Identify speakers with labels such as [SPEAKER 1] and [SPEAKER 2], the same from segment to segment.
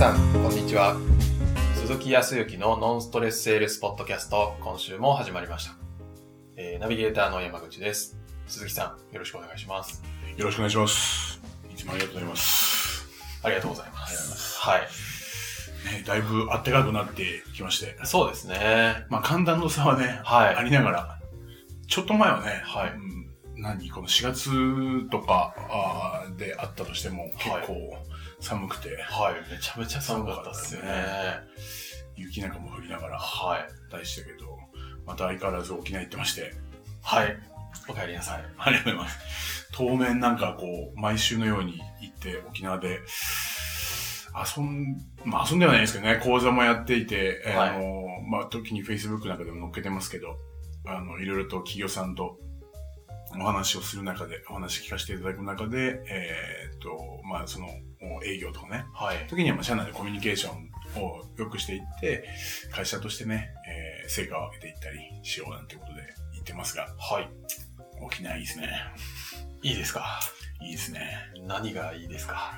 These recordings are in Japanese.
[SPEAKER 1] さんこんにちは。鈴木康之のノンストレスセールスポッドキャスト、今週も始まりました。ナビゲーターの山口です。鈴木さんよろしくお願いします。
[SPEAKER 2] よろしくお願いします。いつもありがとうございます。
[SPEAKER 1] ありがとうございます。はい、
[SPEAKER 2] だいぶ暖かくなってきまして。
[SPEAKER 1] そうですね。
[SPEAKER 2] 寒暖の差はね、ありながら、ちょっと前はね、この4月とかであったとしても結構寒くて、
[SPEAKER 1] めちゃめちゃ寒かったですね。
[SPEAKER 2] 雪なんかも降りながら大したけど、また相変わらず沖縄行ってまして。
[SPEAKER 1] お帰りなさい。
[SPEAKER 2] ありがとうございます。当面なんか毎週のように行って沖縄で遊んではないですけどね、講座もやっていて、時に Facebook なんかでも載っけてますけど、いろいろと企業さんとお話をする中で、お話聞かせていただく中で、その営業とかね、時には社内でコミュニケーションを良くしていって、会社としてね、成果を上げていったりしようなんてことで言ってますが、沖縄いいですね。
[SPEAKER 1] いいですか？
[SPEAKER 2] いいですね。
[SPEAKER 1] 何がいいですか？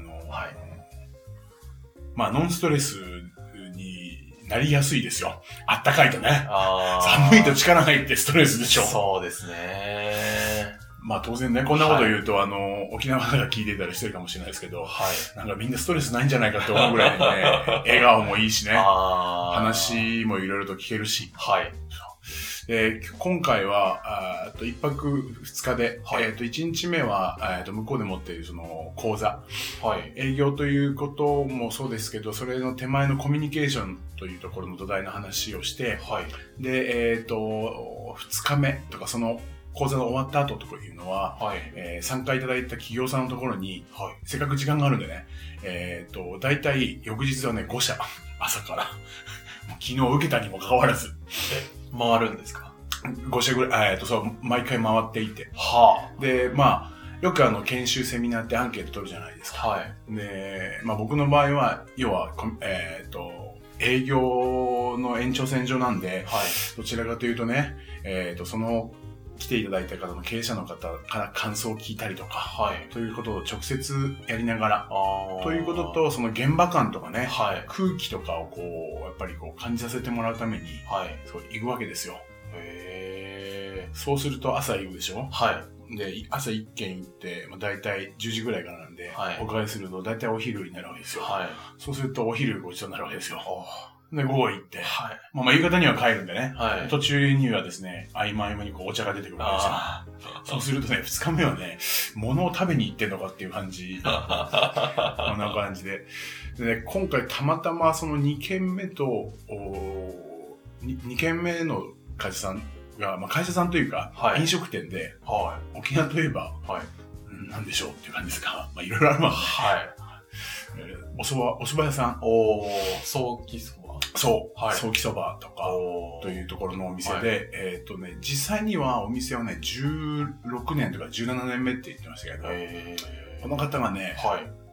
[SPEAKER 2] ノンストレスになりやすいですよ。あったかいとね。寒いと力入ってストレスでしょ。
[SPEAKER 1] そうですね。
[SPEAKER 2] 当然ね、こんなこと言うと、沖縄が聞いてたらしてるかもしれないですけど、なんかみんなストレスないんじゃないかって思うぐらいね、笑顔もいいしね、話もいろいろと聞けるし。今回は、1泊2日で、1日目は、向こうで持っているその講座、営業ということもそうですけど、それの手前のコミュニケーションというところの土台の話をして、で、2日目とかその講座が終わった後とかいうのは、参加いただいた企業さんのところに、せっかく時間があるんでね、だいたい翌日はね、5社、朝から、昨日受けたにもかかわらず、
[SPEAKER 1] 回るんですか
[SPEAKER 2] ？5社ぐらい、毎回回っていて。で、よく研修セミナーってアンケート取るじゃないですか。で、僕の場合は、要は、営業の延長線上なんで、どちらかというとね、その、来ていただいた方の経営者の方から感想を聞いたりとか、ということを直接やりながら、ということと、その現場感とかね、空気とかをやっぱり感じさせてもらうために、そう行くわけですよ。そうすると朝行くでしょ？で、朝1軒行って、だいたい10時ぐらいからなんで、お伺いするとだいたいお昼になるわけですよ。そうするとお昼ごちそうになるわけですよ。で、午後行って、言い方には帰るんでね、途中にはですね、合間にお茶が出てくるわけですよ。そうするとね、2日目はね、物を食べに行ってんのかっていう感じ。こんな感じで。でね、今回たまたまその2軒目と、2軒目の会社さんが、会社さんというか、飲食店で、沖縄といえば、なんでしょうっていう感じですが、いろいろあるわ。お蕎麦屋さん。
[SPEAKER 1] ソーキそば。
[SPEAKER 2] そう。ソーキそばとか、というところのお店で、実際にはお店はね、16年とか17年目って言ってましたけど、この方がね、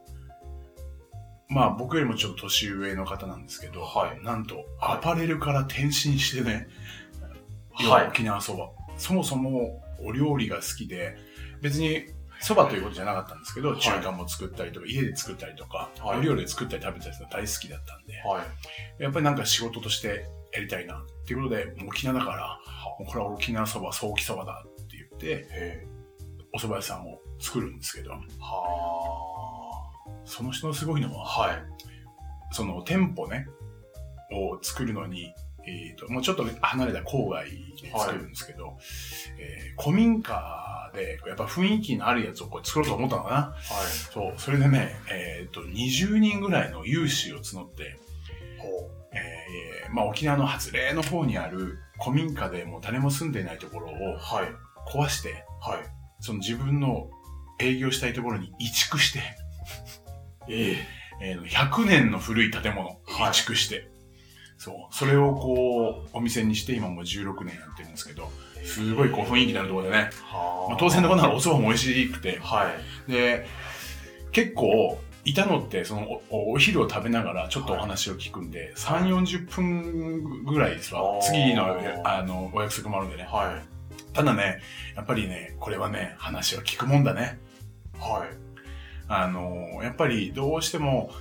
[SPEAKER 2] 僕よりもちょっと年上の方なんですけど、なんと、アパレルから転身してね、沖縄そば。そもそもお料理が好きで、別にそばということじゃなかったんですけど、中華も作ったりとか、家で作ったりとか、お料理で作ったり食べたりするの大好きだったんで、やっぱりなんか仕事としてやりたいなっていうことで、沖縄だから、これは沖縄そば、ソーキそばだって言って、お蕎麦屋さんを作るんですけど、その人のすごいのは、その店舗ね、を作るのに、もうちょっと離れた郊外で作るんですけど、古民家で、やっぱ雰囲気のあるやつを作ろうと思ったのかな。そう、それでね、20人ぐらいの有志を募って、沖縄の外れの方にある古民家でもう誰も住んでいないところを壊して、その自分の営業したいところに移築して、100年の古い建物を移築して、それをお店にして今もう16年やってるんですけど、すごい雰囲気のあるところでね、当然のことならお蕎麦も美味しくて、で、結構、いたのって、そのお昼を食べながらちょっとお話を聞くんで、3、40分ぐらいですわ。次の、お約束もあるんでね。ただね、やっぱりね、これはね、話は聞くもんだね。やっぱりどうしても、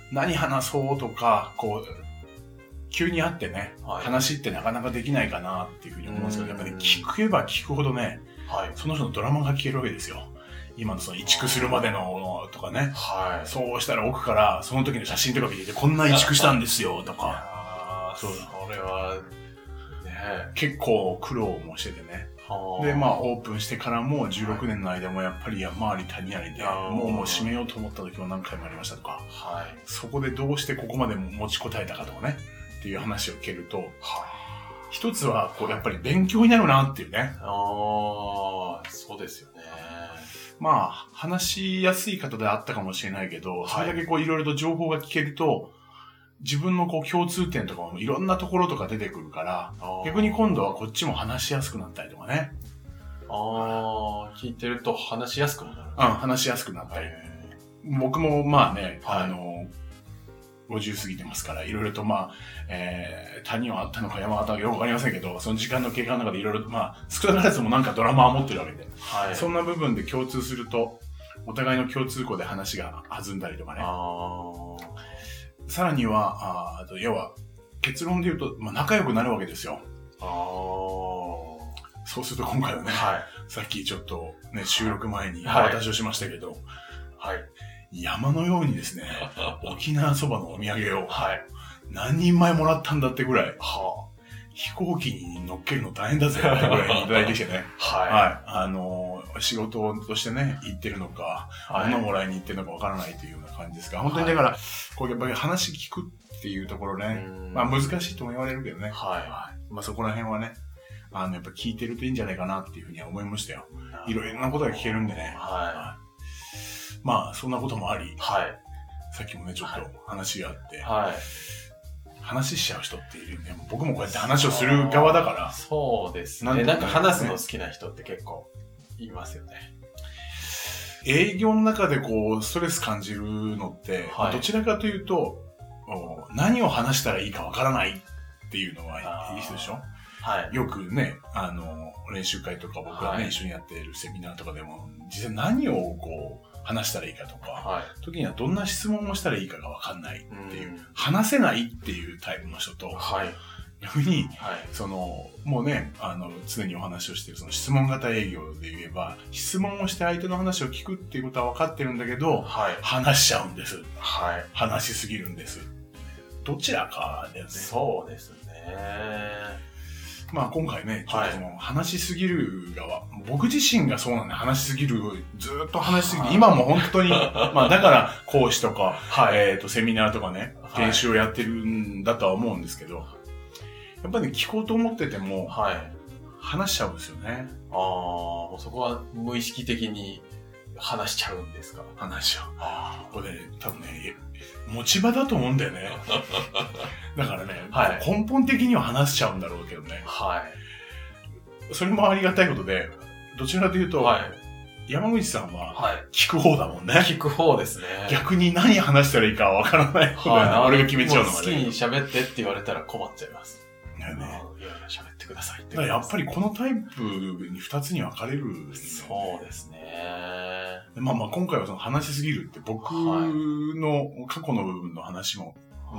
[SPEAKER 2] 何話そうとか、こう、急に会ってね、話ってなかなかできないかなっていうふうに思うんですけど、やっぱり、ね、聞けば聞くほどね、その人のドラマが聞けるわけですよ。今のその移築するまでのとかね、そうしたら奥からその時の写真とか見てて、こんな移築したんですよとか、
[SPEAKER 1] それは、ね、
[SPEAKER 2] 結構苦労もしててね。で、まあ、オープンしてからも16年の間もやっぱり山あり谷ありで、もう閉めようと思った時も何回もありましたとか、そこでどうしてここまで持ちこたえたかとかね、っていう話を聞けると、一つは、こう、やっぱり勉強になるなっていうね。
[SPEAKER 1] そうですよね。
[SPEAKER 2] まあ、話しやすい方であったかもしれないけど、それだけこう、いろいろと情報が聞けると、自分のこう共通点とかもいろんなところとか出てくるから、逆に今度はこっちも話しやすくなったりとかね。
[SPEAKER 1] 聞いてると話しやすくもなる。
[SPEAKER 2] 話しやすくなったり。僕もまあね、50過ぎてますから、いろいろとまあ、谷はあったのか山はあったのかよくわかりませんけど、その時間の経過の中でいろいろとまあ、少なからずもなんかドラマは持ってるわけで、そんな部分で共通すると、お互いの共通項で話が弾んだりとかね。さらには、要は、結論で言うと、まあ、仲良くなるわけですよ。そうすると今回はね、さっきちょっとね、収録前にお渡しをしましたけど、山のようにですね、沖縄そばのお土産を、何人前もらったんだってぐらい、飛行機に乗っけるの大変だぜってぐらいにいただいてきてね。仕事としてね、行ってるのか、物もらいに行ってるのかわからないというような感じですが、本当にだから、こうやっぱり話聞くっていうところね、まあ難しいとも言われるけどね。まあそこら辺はね、やっぱ聞いてるといいんじゃないかなっていうふうには思いましたよ。いろいろなことが聞けるんでね。まあそんなこともあり、さっきもね、ちょっと話があって、話しちゃう人っているんで、僕もこうやって話をする側だから。
[SPEAKER 1] そうですね。なんか話すの好きな人って結構いますよね。
[SPEAKER 2] 営業の中でこう、ストレス感じるのって、どちらかというと、何を話したらいいかわからないっていうのはいい人でしょ？よくね、練習会とか僕がね、一緒にやっているセミナーとかでも、実際何をこう、話したらいいかとか、時にはどんな質問をしたらいいかがわかんないっていう、話せないっていうタイプの人と、逆に、もうね、常にお話をしているその質問型営業で言えば、質問をして相手の話を聞くっていうことは分かってるんだけど、話しちゃうんです。話しすぎるんです。どちらかだよね。
[SPEAKER 1] そうですね。
[SPEAKER 2] まあ今回ね、ちょっとその話しすぎる側、僕自身がそうなんで話しすぎる、ずっと話しすぎて、今も本当に、まあだから講師とか、セミナーとかね、研修をやってるんだとは思うんですけど、やっぱりね、聞こうと思ってても、話しちゃうんですよね。
[SPEAKER 1] もうそこは無意識的に話しちゃうんですか？
[SPEAKER 2] 話しちゃう。これね、多分ね、持ち場だと思うんだよね。だからね、根本的には話しちゃうんだろうけどね。それもありがたいことで、どちらかというと、山口さんは聞く方だもんね。
[SPEAKER 1] 聞く方ですね。
[SPEAKER 2] 逆に何話したらいいかわからない方だよね。俺が決めちゃうのがね。
[SPEAKER 1] 好きに喋ってって言われたら困っちゃいます。いや喋ってくださいって。
[SPEAKER 2] やっぱりこのタイプに2つに分かれる、
[SPEAKER 1] そうですね。
[SPEAKER 2] まあまあ今回はその話しすぎるって僕の過去の部分の話も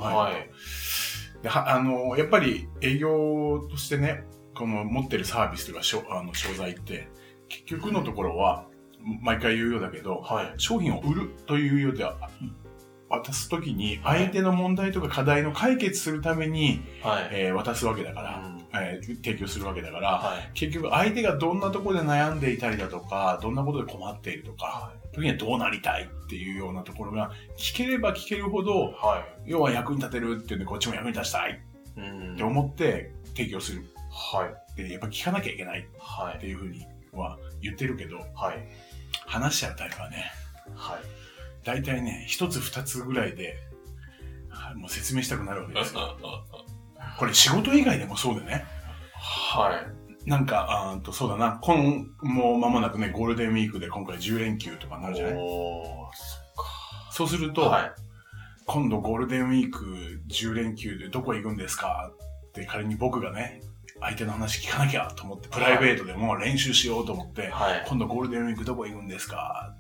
[SPEAKER 2] やっぱり営業としてね、この持ってるサービスとか商材って結局のところは毎回言うようだけど、商品を売るというようでは渡すときに相手の問題とか課題の解決するために、渡すわけだから、提供するわけだから、結局相手がどんなところで悩んでいたりだとか、どんなことで困っているとか、時にはどうなりたいっていうようなところが聞ければ聞けるほど、要は役に立てるっていうんでこっちも役に立ちたいって思って提供する。でやっぱ聞かなきゃいけないっていうふうには言ってるけど、話しちゃうタイプはね、大体ね、一つ二つぐらいで、もう説明したくなるわけですよ。これ仕事以外でもそうでね。なんか、そうだな、もう間もなくね、ゴールデンウィークで今回10連休とかになるじゃない？そうすると、今度ゴールデンウィーク10連休でどこ行くんですかって仮に僕がね、相手の話聞かなきゃと思って、プライベートでも練習しようと思って、今度ゴールデンウィークどこ行くんですか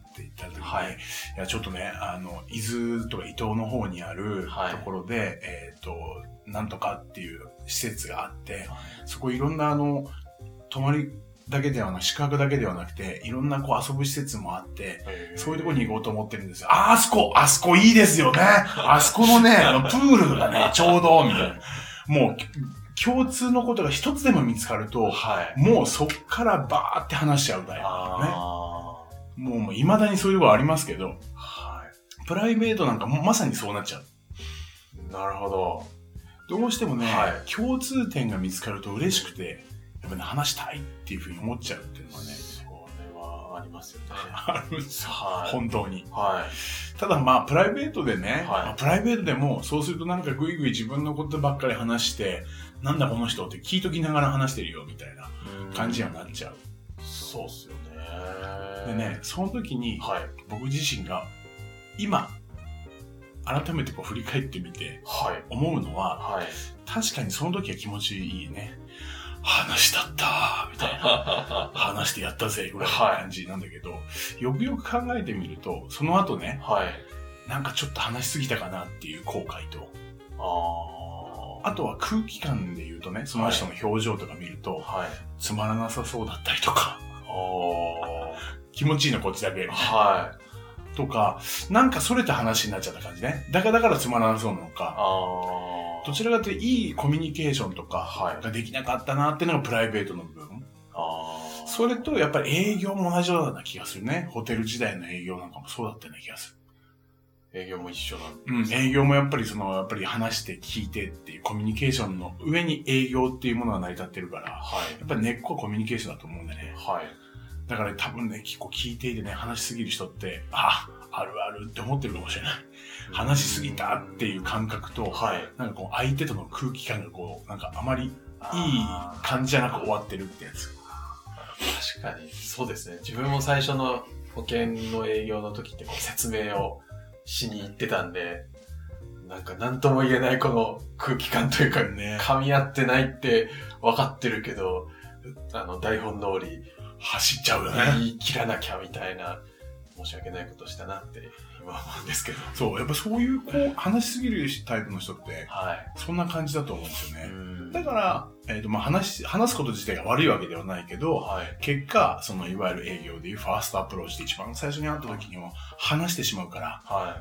[SPEAKER 2] って言った時に、いや、ちょっとね、伊豆とか伊東の方にあるところで、なんとかっていう施設があって、そこいろんな泊まりだけではなく、宿泊だけではなくて、いろんなこう遊ぶ施設もあって、そういうところに行こうと思ってるんですよ。あそこいいですよね。あそこのね、プールがね、ちょうど、みたいな。もう、共通のことが一つでも見つかると、もうそっからバーって話しちゃうタイプだね。もう未だにそういうところありますけど、プライベートなんかまさにそうなっちゃう。
[SPEAKER 1] なるほど。
[SPEAKER 2] どうしてもね、共通点が見つかると嬉しくて、やっぱね、話したいっていうふうに思っちゃうっていうのはね。
[SPEAKER 1] それはありますよね。
[SPEAKER 2] あるんですよ。本当に。ただプライベートでね、プライベートでも、そうするとなんかぐいぐい自分のことばっかり話して、なんだこの人って聞いときながら話してるよみたいな感じになっちゃう。
[SPEAKER 1] そうっすよね。
[SPEAKER 2] でね、その時に、僕自身が、今、改めてこう振り返ってみて、思うのは、確かにその時は気持ちいいね。話だったみたいな。話してやったぜぐらいの感じなんだけど、よくよく考えてみると、その後ね、なんかちょっと話しすぎたかなっていう後悔と、あとは空気感で言うとね、その人の表情とか見ると、つまらなさそうだったりとか、気持ちいいのこっちだけみたいな。とか、なんかそれた話になっちゃった感じね。だからつまらなそうなのか。どちらかというといいコミュニケーションとかができなかったなっていうのがプライベートの部分。それとやっぱり営業も同じような気がするね。ホテル時代の営業なんかもそうだったような気がする。
[SPEAKER 1] 営業も一緒なんです
[SPEAKER 2] か？営業もやっぱりやっぱり話して聞いてっていうコミュニケーションの上に営業っていうものが成り立ってるから、やっぱり根っこはコミュニケーションだと思うんだね。だから多分ね、結構聞いていてね、話しすぎる人って、あるあるって思ってるかもしれない。話しすぎたっていう感覚と、なんかこう相手との空気感がこう、なんかあまりいい感じじゃなく終わってるってやつ。
[SPEAKER 1] 確かに、そうですね。自分も最初の保険の営業の時ってこう説明をしに行ってたんで、なんか何とも言えないこの空気感というか、噛み合ってないって分かってるけど、台本通り
[SPEAKER 2] 走っちゃうよね。
[SPEAKER 1] 言い切らなきゃみたいな、申し訳ないことしたなって今思うんですけど。
[SPEAKER 2] そう、やっぱそういうこう話しすぎるタイプの人って、そんな感じだと思うんですよね。だから、話すこと自体が悪いわけではないけど、結果、いわゆる営業でいうファーストアプローチで一番最初に会った時にも話してしまうから、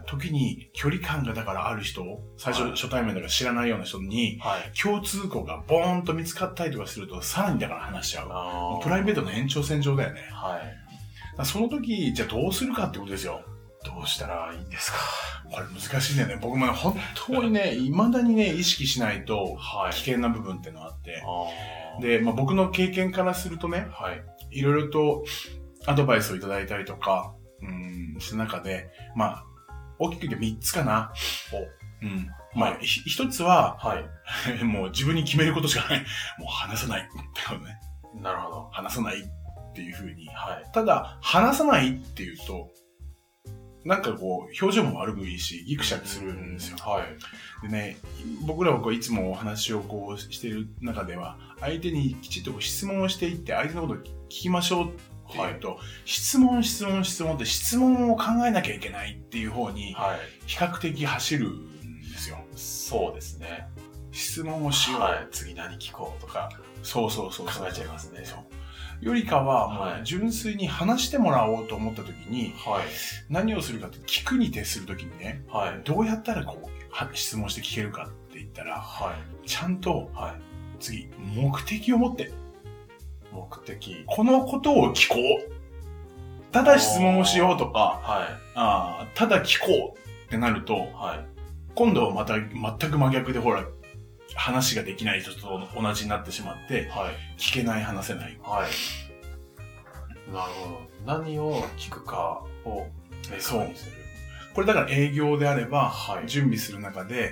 [SPEAKER 2] 時に距離感がだからある人、最初初対面だから知らないような人に、共通項がボーンと見つかったりとかすると、さらにだから話しちゃう。プライベートの延長線上だよね。その時、じゃあどうするかってことですよ。
[SPEAKER 1] どうしたらいいんですか？
[SPEAKER 2] これ難しいんだよね。僕もね、本当にね、未だにね、意識しないと危険な部分ってのがあって。で、僕の経験からするとね、いろいろとアドバイスをいただいたりとか、した中で、大きく言って3つかな。一つは、もう自分に決めることしかない。もう話さないってことね。
[SPEAKER 1] なるほど。
[SPEAKER 2] 話さないっていうふうに。ただ、話さないっていうと、なんかこう、表情も悪くいいし、ギクシャクするんですよ。でね、僕らはこういつもお話をこうしている中では、相手にきちっとこう質問をしていって、相手のことを聞きましょうっていうと、質問って質問を考えなきゃいけないっていう方に、比較的走るんですよ。
[SPEAKER 1] そうですね。
[SPEAKER 2] 質問をしよう。
[SPEAKER 1] 次何聞こうとか。
[SPEAKER 2] そう
[SPEAKER 1] 考えちゃいますね。
[SPEAKER 2] よりかは、もう純粋に話してもらおうと思った時に、何をするかって聞くに徹する時にね、どうやったらこう質問して聞けるかって言ったら、ちゃんと、次、目的を持って、このことを聞こう。ただ質問をしようとか、ただ聞こうってなると、今度はまた全く真逆で話ができない人と同じになってしまって、聞けない、話せない。
[SPEAKER 1] なるほど。何を聞くかを
[SPEAKER 2] そう。これだから営業であれば、準備する中で、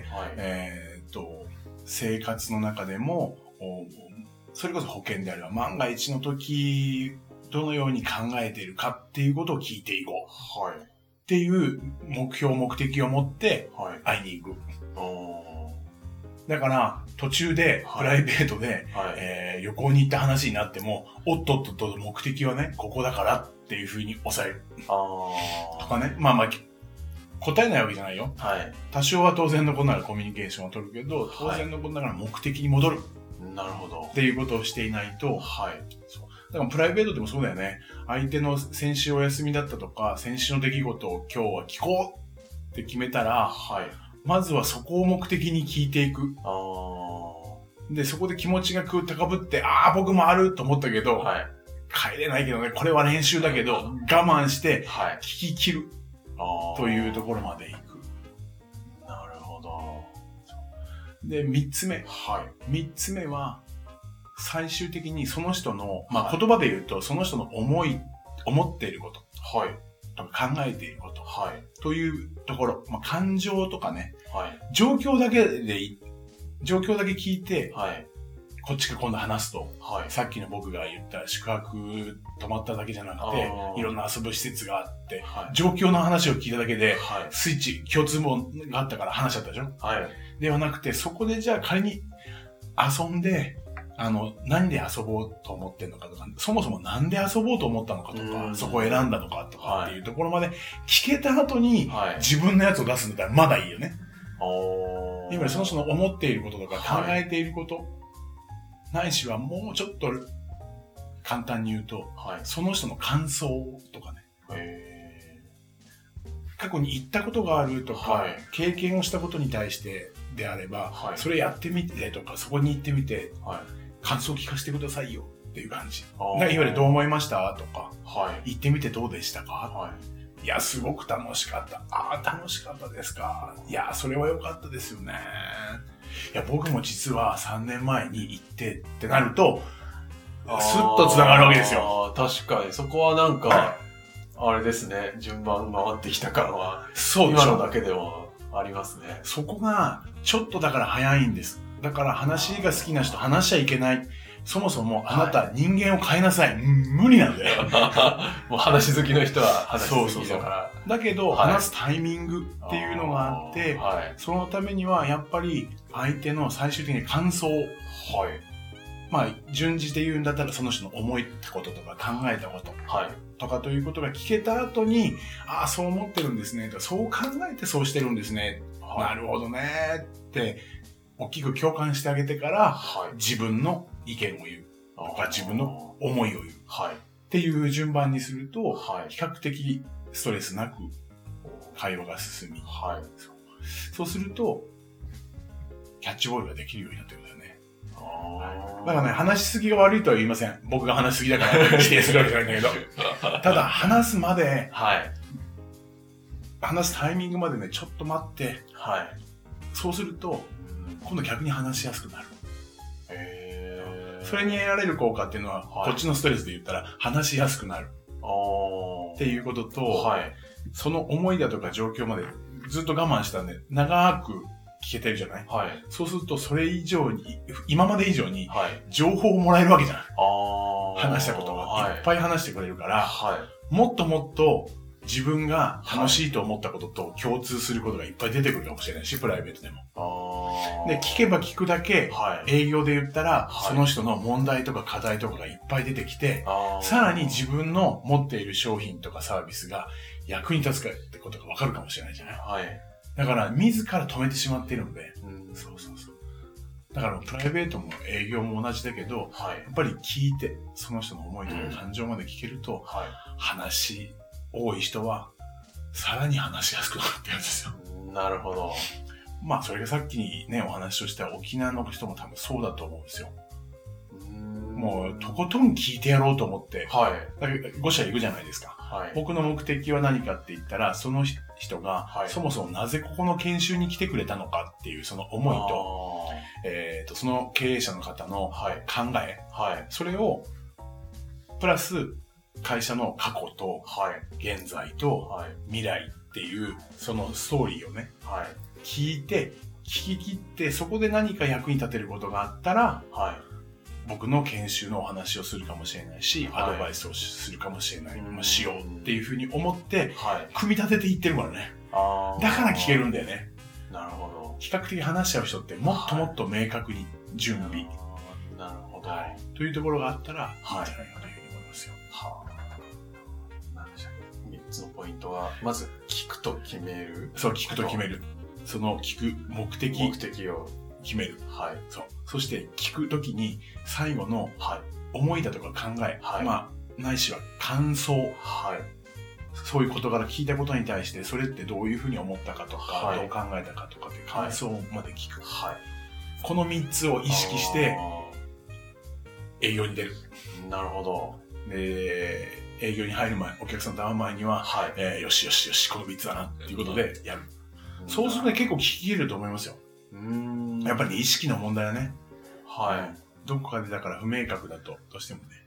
[SPEAKER 2] 生活の中でも、それこそ保険であれば、万が一の時、どのように考えているかっていうことを聞いていこう。っていう目標、目的を持って、会いに行く。 だから、途中で、プライベートで、旅行に行った話になっても、おっとっとっと目的はね、ここだからっていう風に抑える。とかね。まあまあ、答えないわけじゃないよ。はい。多少は当然のことならコミュニケーションを取るけど、当然のことだから目的に戻る。
[SPEAKER 1] なるほど。
[SPEAKER 2] っていうことをしていないと、はい。そうだからプライベートでもそうだよね。相手の先週お休みだったとか、先週の出来事を今日は聞こうって決めたら、はい。まずはそこを目的に聞いていく。で、そこで気持ちが高ぶって、僕もあると思ったけど、はい。帰れないけどね、これは練習だけど、我慢して、聞き切る。というところまで行く。
[SPEAKER 1] なるほど。
[SPEAKER 2] で、三つ目。はい。三つ目は、最終的にその人の、まあ、言葉で言うと、その人の思っていること。はい。とか考えていること。はい。というところ。まあ、感情とかね。はい。状況だけ聞いて、はい。こっちが今度話すと、はい、さっきの僕が言った宿泊泊まっただけじゃなくて、いろんな遊ぶ施設があって、はい、状況の話を聞いただけで、はい、スイッチ、共通もがあったから話しちゃったでしょ、はい、ではなくて、そこでじゃあ仮に遊んで、何で遊ぼうと思ってんのかとか、そもそもなんで遊ぼうと思ったのかとか、そこを選んだのかとかっていうところまで聞けた後に、はい、自分のやつを出すんだったらまだいいよね。今その人の思っていることとか考えていること、ないしはもうちょっと簡単に言うと、はい、その人の感想とかね。過去に言ったことがあるとか、はい、経験をしたことに対してであれば、はい、それやってみてとか、そこに行ってみて、はい、感想を聞かせてくださいよっていう感じ。いわゆるどう思いましたとか、はい、行ってみてどうでしたか、はい、いや、すごく楽しかった。楽しかったですか。いや、それは良かったですよね。いや、僕も実は3年前に行ってってなると、スッと繋がるわけですよ。
[SPEAKER 1] 確かに。そこはなんか、あれですね。順番回ってきた感は、そう今のだけではありますね。
[SPEAKER 2] そこが、ちょっとだから早いんです。だから話が好きな人話しちゃいけない。そもそもあなた人間を変えなさい。無理なんだよ。
[SPEAKER 1] もう話好きの人は話好きだから。
[SPEAKER 2] だけど、話すタイミングっていうのがあって、そのためにはやっぱり相手の最終的に感想。まあ、順次で言うんだったらその人の思ったこととか考えたこと。とかということが聞けた後に、そう思ってるんですね。そう考えてそうしてるんですね。なるほどね。って、大きく共感してあげてから、自分の意見を言う。とか自分の思いを言う。っていう順番にすると、比較的ストレスなく会話が進み。そうすると、キャッチボールができるようになってくるんだよね。だからね、話しすぎが悪いとは言いません。僕が話しすぎだから否定するわけじゃないんだけど。ただ、話すまで、話すタイミングまでね、ちょっと待って、そうすると、今度逆に話しやすくなる。それに得られる効果っていうのは、こっちのストレスで言ったら、話しやすくなる。っていうことと、その思いだとか状況までずっと我慢したんで、長く聞けてるじゃない、そうすると、それ以上に、今まで以上に、情報をもらえるわけじゃない、話したことがいっぱい話してくれるから、もっともっと自分が楽しいと思ったことと共通することがいっぱい出てくるかもしれないし、プライベートでも。で、聞けば聞くだけ、営業で言ったら、その人の問題とか課題とかがいっぱい出てきて、さらに自分の持っている商品とかサービスが役に立つかってことがわかるかもしれないじゃない、だから、自ら止めてしまっているので、だから、プライベートも営業も同じだけど、やっぱり聞いて、その人の思いとか感情まで聞けると、話多い人は、さらに話しやすくなるってやつですよ。
[SPEAKER 1] なるほど。
[SPEAKER 2] まあ、それがさっきにね、お話をした沖縄の人も多分そうだと思うんですよ。もう、とことん聞いてやろうと思って、だけど5社行くじゃないですか。僕の目的は何かって言ったら、その人が、そもそもなぜここの研修に来てくれたのかっていうその思いと、その経営者の方の考え、それを、プラス、会社の過去と、現在と、未来っていう、そのストーリーをね、聞き切って、そこで何か役に立てることがあったら、僕の研修のお話をするかもしれないし、アドバイスをするかもしれない。しようっていうふうに思って、組み立てていってるからね。だから聞けるんだよね。
[SPEAKER 1] なるほど。
[SPEAKER 2] 比較的話しちゃう人ってもっともっと明確に準備。
[SPEAKER 1] なるほど。
[SPEAKER 2] というところがあったら、いいんじゃないかというふうに思いますよ。
[SPEAKER 1] 何でしたっけ？3つのポイントは、まず聞くと決める。
[SPEAKER 2] そう、聞くと決める。その聞く目的
[SPEAKER 1] を
[SPEAKER 2] 決める。そう。そして聞くときに最後の思いだとか考え、ないしは感想。そういう事柄聞いたことに対してそれってどういうふうに思ったかとか、どう考えたかとかって感想まで聞く。この3つを意識して営業に出る。
[SPEAKER 1] なるほど。
[SPEAKER 2] で、営業に入る前、お客さんと会う前には、よしよしよし、この3つだなっていうことでやる。そうすると結構聞き入れると思いますよ。やっぱり、意識の問題だね。どこかでだから不明確だと、どうしてもね、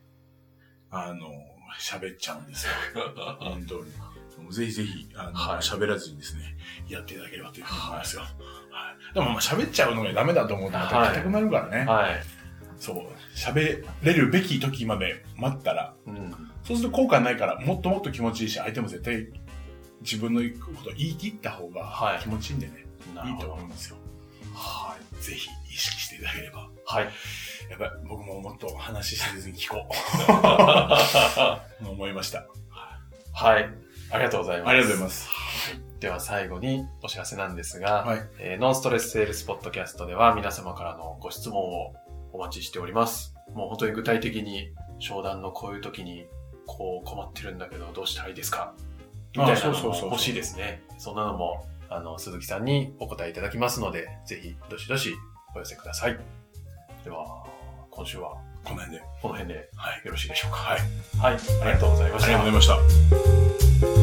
[SPEAKER 2] 喋っちゃうんですよ。本当に。ぜひぜひ、喋らずにですね、やっていただければというふうに思いますよ。でも喋っちゃうのがダメだと思うとまた硬くなるからね。そう。喋れるべき時まで待ったら、そうすると効果ないから、もっともっと気持ちいいし、相手も絶対自分のことを言い切った方が気持ちいいんでね、いいと思うんですよ。ぜひ意識していただければ。やっぱり僕ももっと話しせずに聞こう。思いました。
[SPEAKER 1] ありがとうございます。
[SPEAKER 2] ありがとうございます。
[SPEAKER 1] では最後にお知らせなんですが、ノンストレスセールスポッドキャストでは皆様からのご質問をお待ちしております。もう本当に具体的に商談のこういう時にこう困ってるんだけどどうしたらいいですかみたいなのも欲しいですね。そんなのも鈴木さんにお答えいただきますので、ぜひどしどしお寄せください。では今週はこの辺でよろしいでしょうか。ありがとうございました。
[SPEAKER 2] ありがとうございました。